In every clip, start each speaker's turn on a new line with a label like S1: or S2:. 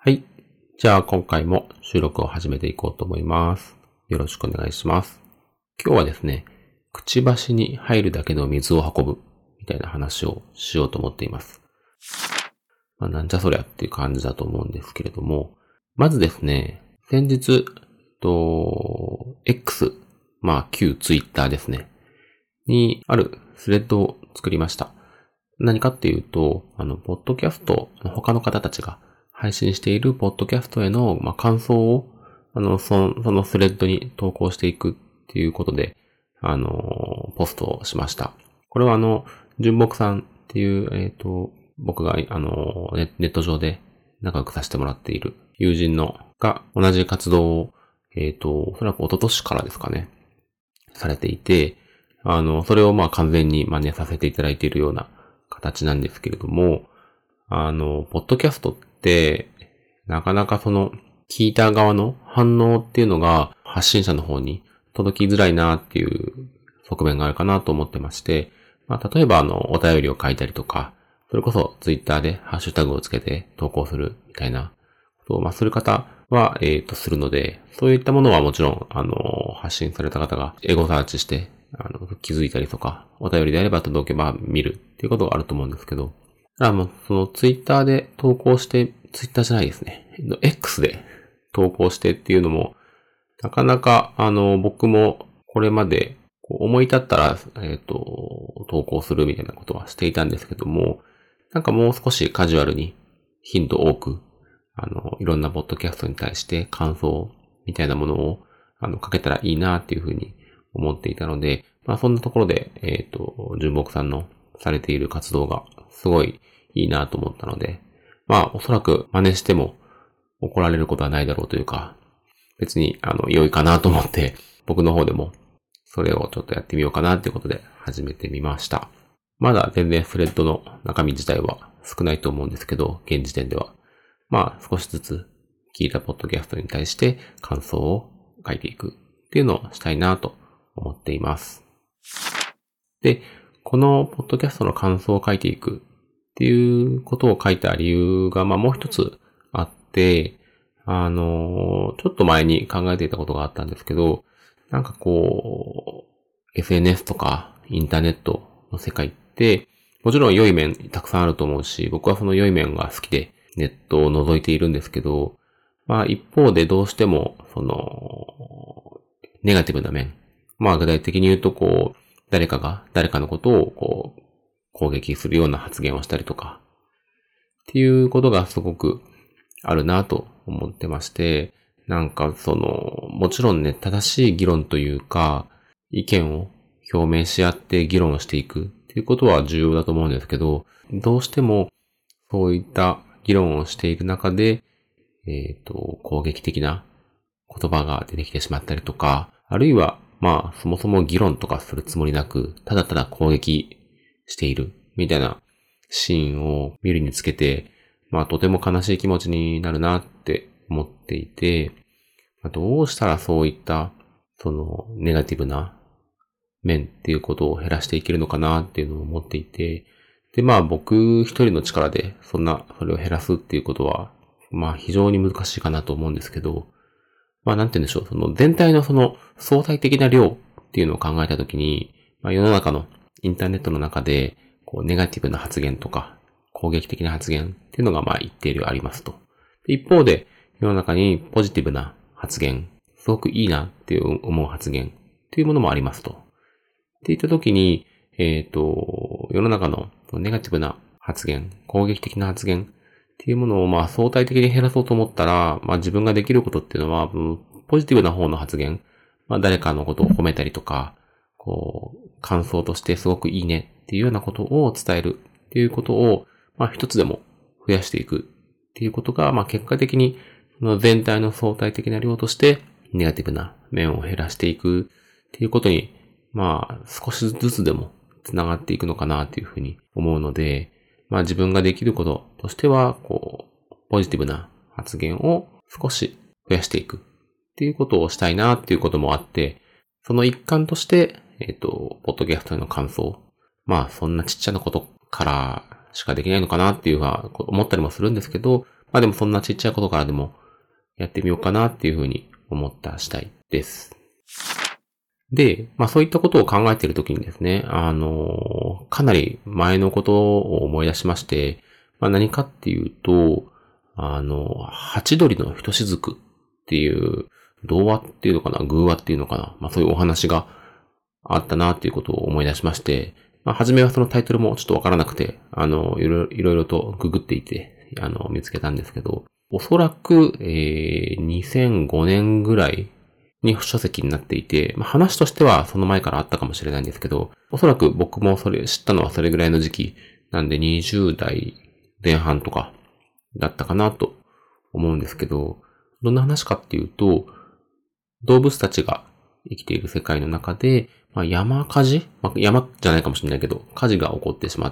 S1: はい。じゃあ今回も収録を始めていこうと思います。よろしくお願いします。今日はですね、くちばしに入るだけの水を運ぶみたいな話をしようと思っています。なんじゃそりゃっていう感じだと思うんですけれども、まずですね、先日、X、旧ツイッターですね、にあるスレッドを作りました。何かっていうと、ポッドキャスト、他の方たちが配信しているポッドキャストへの、感想を、そのスレッドに投稿していくっていうことで、ポストをしました。これは純木さんっていう、僕が、ネット上で仲良くさせてもらっている友人が同じ活動を、おそらく一昨年からですかね、されていて、それを完全に真似させていただいているような形なんですけれども、ポッドキャストって、なかなか聞いた側の反応っていうのが発信者の方に届きづらいなっていう側面があるかなと思ってまして、例えばお便りを書いたりとか、それこそツイッターでハッシュタグをつけて投稿するみたいなことを、する方は、するので、そういったものはもちろん、発信された方がエゴサーチして、気づいたりとか、お便りであれば届けば見るっていうことがあると思うんですけど、そのツイッターで投稿して、ツイッターじゃないですね。X で投稿してっていうのも、なかなか、僕もこれまで思い立ったら、投稿するみたいなことはしていたんですけども、なんかもう少しカジュアルに頻度多く、いろんなポッドキャストに対して感想みたいなものを、かけたらいいなっていうふうに思っていたので、そんなところで、純木さんのされている活動がすごいいいなと思ったので、おそらく真似しても怒られることはないだろうというか、別に、良いかなと思って、僕の方でもそれをちょっとやってみようかなっていうことで始めてみました。まだ全然スレッドの中身自体は少ないと思うんですけど、現時点では。少しずつ聞いたポッドキャストに対して感想を書いていくっていうのをしたいなと思っています。で、このポッドキャストの感想を書いていくっていうことを書いた理由が、もう一つあって、ちょっと前に考えていたことがあったんですけど、SNS とかインターネットの世界って、もちろん良い面たくさんあると思うし、僕はその良い面が好きでネットを覗いているんですけど、一方でどうしても、ネガティブな面。具体的に言うと、誰かが誰かのことを、攻撃するような発言をしたりとか、っていうことがすごくあるなと思ってまして、もちろんね、正しい議論というか、意見を表明し合って議論をしていくっていうことは重要だと思うんですけど、どうしてもそういった議論をしている中で、攻撃的な言葉が出てきてしまったりとか、あるいは、そもそも議論とかするつもりなく、ただただ攻撃しているみたいなシーンを見るにつけて、とても悲しい気持ちになるなって思っていて、どうしたらそういった、ネガティブな面っていうことを減らしていけるのかなっていうのを思っていて、で、僕一人の力で、それを減らすっていうことは、非常に難しいかなと思うんですけど、なんて言うんでしょう、全体の相対的な量っていうのを考えたときに、世の中のインターネットの中で、ネガティブな発言とか、攻撃的な発言っていうのが一定量ありますと。一方で、世の中にポジティブな発言、すごくいいなっていう思う発言っていうものもありますと。っていったときに、世の中のネガティブな発言、攻撃的な発言っていうものを相対的に減らそうと思ったら、自分ができることっていうのは、ポジティブな方の発言、誰かのことを褒めたりとか、感想としてすごくいいねっていうようなことを伝えるっていうことを、一つでも増やしていくっていうことが、結果的に全体の相対的な量としてネガティブな面を減らしていくっていうことに、少しずつでもつながっていくのかなっていうふうに思うので、自分ができることとしては、ポジティブな発言を少し増やしていくっていうことをしたいなっていうこともあって、その一環として、ポッドキャストへの感想。そんなちっちゃなことからしかできないのかなっていうのは思ったりもするんですけど、 まあでもそんなちっちゃいことからでもやってみようかなっていうふうに思った次第です。で、まあそういったことを考えているときにですね、かなり前のことを思い出しまして、まあ何かっていうと、ハチドリのひとしずくっていう童話っていうのかな、寓話っていうのかな、まあそういうお話があったなっていうことを思い出しまして、まあ初めはそのタイトルもちょっとわからなくて、いろいろとググっていて、見つけたんですけど、おそらく、2005年ぐらいに書籍になっていて、まあ、話としてはその前からあったかもしれないんですけど、おそらく僕もそれ知ったのはそれぐらいの時期なんで20代前半とかだったかなと思うんですけど、どんな話かっていうと、動物たちが生きている世界の中で、まあ、山火事、まあ、山じゃないかもしれないけど、火事が起こってしまって、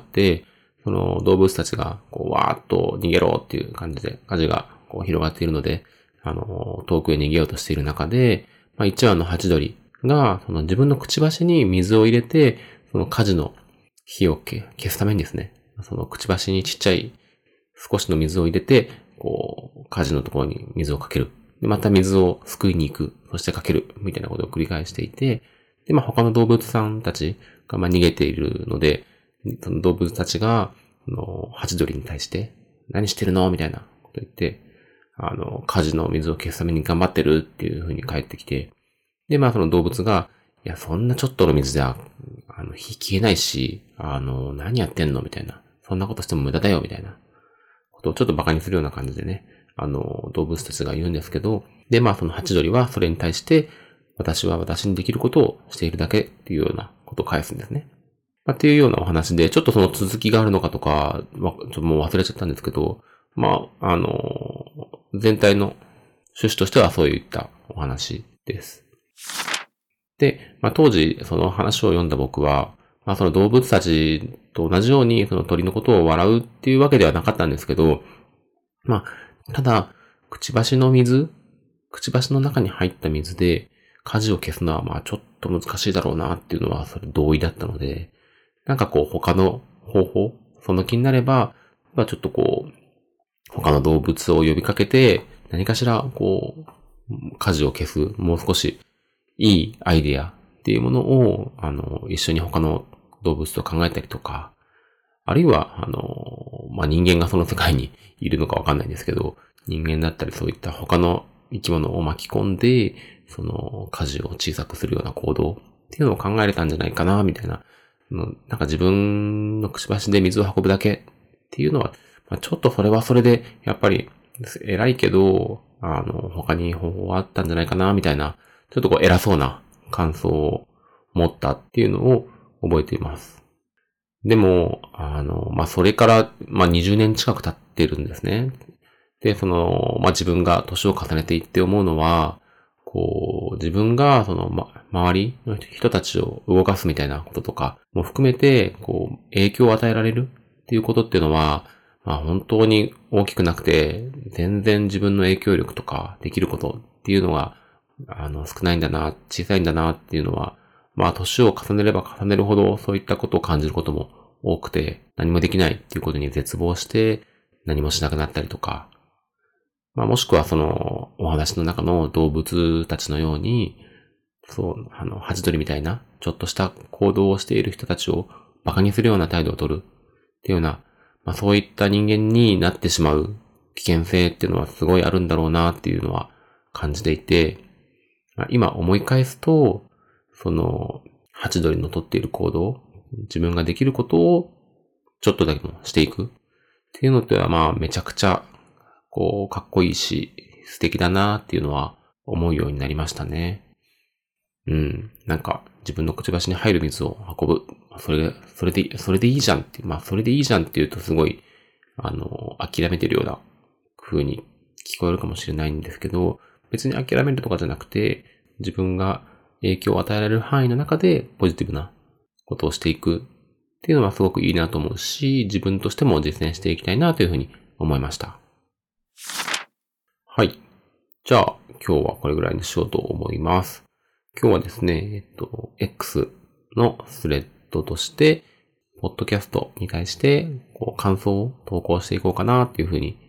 S1: その動物たちがこうわーっと逃げろっていう感じで火事がこう広がっているので、遠くへ逃げようとしている中で、まあ、一羽のハチドリがその自分のくちばしに水を入れて、その火事の火を消すためにですね、そのくちばしにちっちゃい少しの水を入れて、こう、火事のところに水をかける。で、また水をすくいに行く。そしてかける。みたいなことを繰り返していて、で、まあ他の動物さんたちがまあ逃げているので、その動物たちが、ハチドリに対して、何してるのみたいなこと言って、火事の水を消すために頑張ってるっていう風に帰ってきて、で、まあその動物が、いや、そんなちょっとの水じゃ、火消えないし、何やってんのみたいな。そんなことしても無駄だよ、みたいなことをちょっと馬鹿にするような感じでね、動物たちが言うんですけど、で、まあそのハチドリはそれに対して、私は私にできることをしているだけっていうようなことを返すんですね。まあ、っていうようなお話で、ちょっとその続きがあるのかとか、ちょっともう忘れちゃったんですけど、まあ、全体の趣旨としてはそういったお話です。で、まあ当時その話を読んだ僕は、まあその動物たちと同じようにその鳥のことを笑うっていうわけではなかったんですけど、まあ、ただ、くちばしの中に入った水で火事を消すのはまあちょっと難しいだろうなっていうのはそれ同意だったので、なんかこう他の方法、その気になれば、まあちょっとこう、他の動物を呼びかけて、何かしらこう、火事を消す、もう少しいいアイデアっていうものを、一緒に他の動物と考えたりとか、あるいは、まあ、人間がその世界にいるのかわかんないんですけど、人間だったりそういった他の生き物を巻き込んで、その火事を小さくするような行動っていうのを考えれたんじゃないかな、みたいな。なんか自分のくちばしで水を運ぶだけっていうのは、まあ、ちょっとそれはそれで、やっぱり偉いけど、他に方法はあったんじゃないかな、みたいな、ちょっとこう偉そうな感想を持ったっていうのを覚えています。でも、まあ、それから、まあ、20年近く経ってるんですね。で、まあ、自分が年を重ねていって思うのは、こう、自分が、周りの人たちを動かすみたいなこととかも含めて、こう、影響を与えられるっていうことっていうのは、まあ、本当に大きくなくて、全然自分の影響力とかできることっていうのが、少ないんだな、小さいんだなっていうのは、まあ、年を重ねれば重ねるほど、そういったことを感じることも多くて、何もできないっていうことに絶望して、何もしなくなったりとか、まあ、もしくはお話の中の動物たちのように、そう、ハチドリみたいな、ちょっとした行動をしている人たちを馬鹿にするような態度を取るっていうような、まあ、そういった人間になってしまう危険性っていうのはすごいあるんだろうなっていうのは感じていて、まあ、今思い返すと、ハチドリの取っている行動、自分ができることをちょっとだけもしていくっていうのってはまあめちゃくちゃこうかっこいいし素敵だなっていうのは思うようになりましたね。なんか自分のくちばしに入る水を運ぶ。それでいいじゃんって、まあそれでいいじゃんって言うとすごい諦めてるような風に聞こえるかもしれないんですけど、別に諦めるとかじゃなくて、自分が影響を与えられる範囲の中でポジティブなことをしていくっていうのはすごくいいなと思うし、自分としても実践していきたいなというふうに思いました。はい。じゃあ今日はこれぐらいにしようと思います。今日はですね、X のスレッドとして、ポッドキャストに対して感想を投稿していこうかなっていうふうに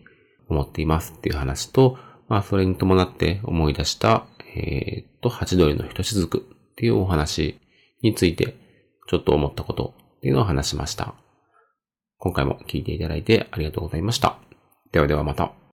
S1: 思っていますっていう話と、それに伴って思い出した、ハチドリのひとしずくっていうお話について、ちょっと思ったことっていうのを話しました。今回も聞いていただいてありがとうございました。ではではまた。